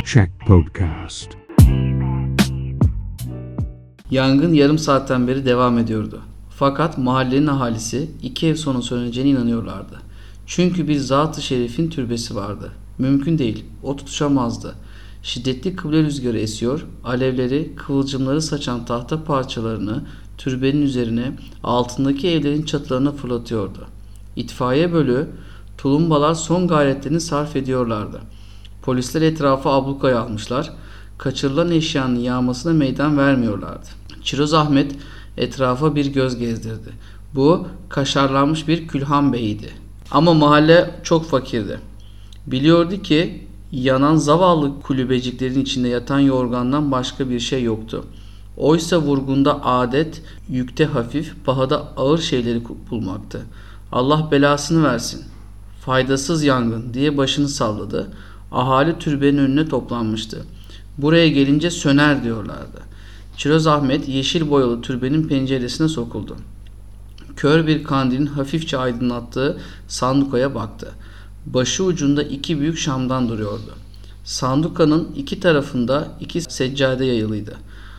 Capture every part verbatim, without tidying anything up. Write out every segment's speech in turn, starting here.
Check Podcast. Yangın yarım saatten beri devam ediyordu. Fakat mahallenin ahalisi iki ev sonra söneceğine inanıyorlardı. Çünkü bir Zat-ı Şerif'in türbesi vardı. Mümkün değil, o tutuşamazdı. Şiddetli kıble rüzgarı esiyor, alevleri, kıvılcımları saçan tahta parçalarını türbenin üzerine, altındaki evlerin çatılarına fırlatıyordu. İtfaiye bölüğü, tulumbalar son gayretlerini sarf ediyorlardı. Polisler etrafı ablukaya almışlar, kaçırılan eşyanın yağmasına meydan vermiyorlardı. Çiroz Ahmet etrafa bir göz gezdirdi. Bu kaşarlanmış bir Külhan Bey'iydi. Ama mahalle çok fakirdi. Biliyordu ki yanan zavallı kulübeciklerin içinde yatan yorgandan başka bir şey yoktu. Oysa vurgunda adet, yükte hafif, pahada ağır şeyleri bulmaktı. Allah belasını versin. Faydasız yangın diye başını salladı. Ahali türbenin önüne toplanmıştı. Buraya gelince söner diyorlardı. Çiroz Ahmet yeşil boyalı türbenin penceresine sokuldu. Kör bir kandilin hafifçe aydınlattığı sandukaya baktı. Başı ucunda iki büyük şamdan duruyordu. Sandukanın iki tarafında iki seccade yayılıydı.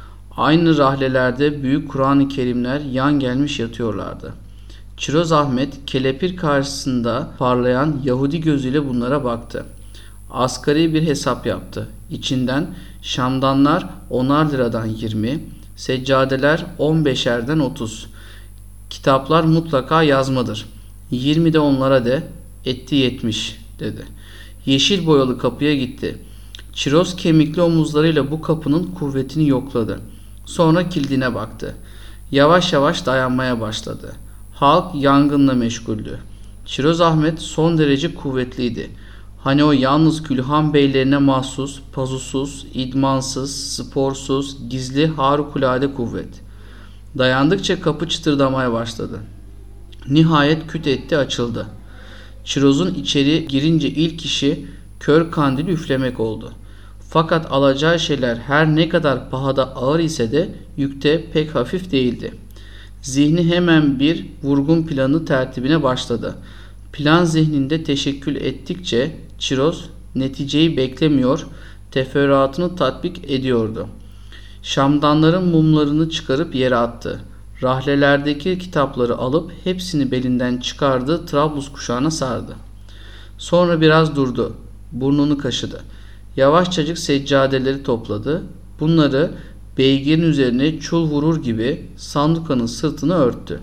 Aynı rahlelerde büyük Kur'an-ı Kerimler yan gelmiş yatıyorlardı. Çiroz Ahmet kelepir karşısında parlayan Yahudi gözüyle bunlara baktı. Asgari bir hesap yaptı. İçinden şamdanlar onar liradan yirmi, seccadeler on beşerden otuz. Kitaplar mutlaka yazmadır. yirmi de onlara de, etti yetmiş dedi. Yeşil boyalı kapıya gitti. Çiroz kemikli omuzlarıyla bu kapının kuvvetini yokladı. Sonra kilidine baktı. Yavaş yavaş dayanmaya başladı. Halk yangınla meşguldü. Çiroz Ahmet son derece kuvvetliydi. Hani o yalnız Külhan beylerine mahsus, pazusuz, idmansız, sporsuz, gizli harikulade kuvvet. Dayandıkça kapı çıtırdamaya başladı. Nihayet küt etti, açıldı. Çiroz'un içeri girince ilk işi kör kandili üflemek oldu. Fakat alacağı şeyler her ne kadar pahada ağır ise de yükte pek hafif değildi. Zihni hemen bir vurgun planı tertibine başladı. Plan zihninde teşekkül ettikçe Çiroz neticeyi beklemiyor, teferruatını tatbik ediyordu. Şamdanların mumlarını çıkarıp yere attı. Rahlelerdeki kitapları alıp hepsini belinden çıkardı, Trablus kuşağına sardı. Sonra biraz durdu, burnunu kaşıdı. Yavaşçacık seccadeleri topladı. Bunları beygirin üzerine çul vurur gibi sandukanın sırtını örttü.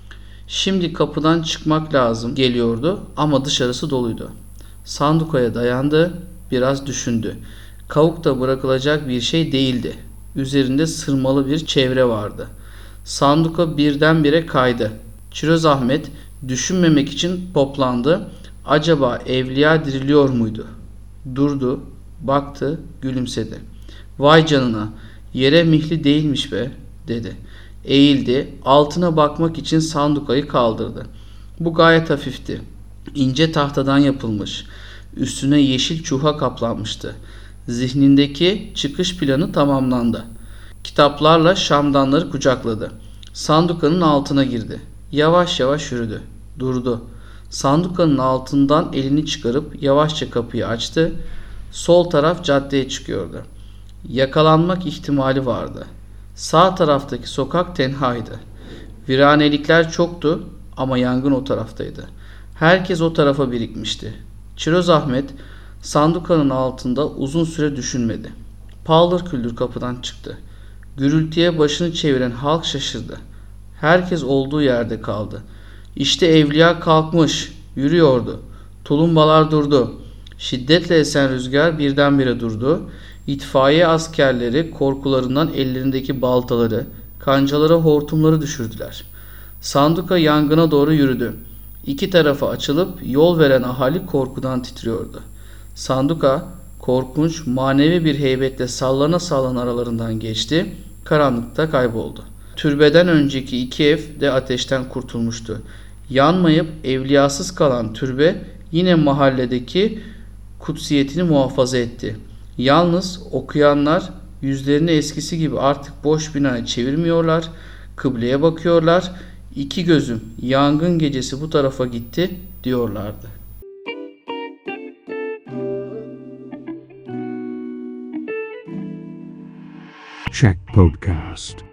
Şimdi kapıdan çıkmak lazım geliyordu ama dışarısı doluydu. Sandukaya dayandı, biraz düşündü. Kavukta bırakılacak bir şey değildi. Üzerinde sırmalı bir çevre vardı. Sanduka birdenbire kaydı. Çiroz Ahmet düşünmemek için toplandı. Acaba evliya diriliyor muydu? Durdu, baktı, gülümsedi. Vay canına, yere mihli değilmiş be, dedi. Eğildi, altına bakmak için sandukayı kaldırdı. Bu gayet hafifti. İnce tahtadan yapılmış. Üstüne yeşil çuha kaplanmıştı. Zihnindeki çıkış planı tamamlandı. Kitaplarla şamdanları kucakladı. Sandukanın altına girdi. Yavaş yavaş yürüdü. Durdu. Sandukanın altından elini çıkarıp yavaşça kapıyı açtı. Sol taraf caddeye çıkıyordu. Yakalanmak ihtimali vardı. Sağ taraftaki sokak tenhaydı. Viranelikler çoktu ama yangın o taraftaydı. Herkes o tarafa birikmişti. Çiroz Ahmet sandukanın altında uzun süre düşünmedi. Paldır küldür kapıdan çıktı. Gürültüye başını çeviren halk şaşırdı. Herkes olduğu yerde kaldı. İşte evliya kalkmış, yürüyordu. Tulumbalar durdu. Şiddetle esen rüzgar birdenbire durdu. İtfaiye askerleri korkularından ellerindeki baltaları, kancalara hortumları düşürdüler. Sanduka yangına doğru yürüdü. İki tarafa açılıp yol veren ahali korkudan titriyordu. Sanduka korkunç, manevi bir heybetle sallana sallana aralarından geçti, karanlıkta kayboldu. Türbeden önceki iki ev de ateşten kurtulmuştu. Yanmayıp evliyasız kalan türbe yine mahalledeki kutsiyetini muhafaza etti. Yalnız okuyanlar yüzlerini eskisi gibi artık boş binaya çevirmiyorlar, kıbleye bakıyorlar. İki gözüm yangın gecesi bu tarafa gitti diyorlardı. Check Podcast.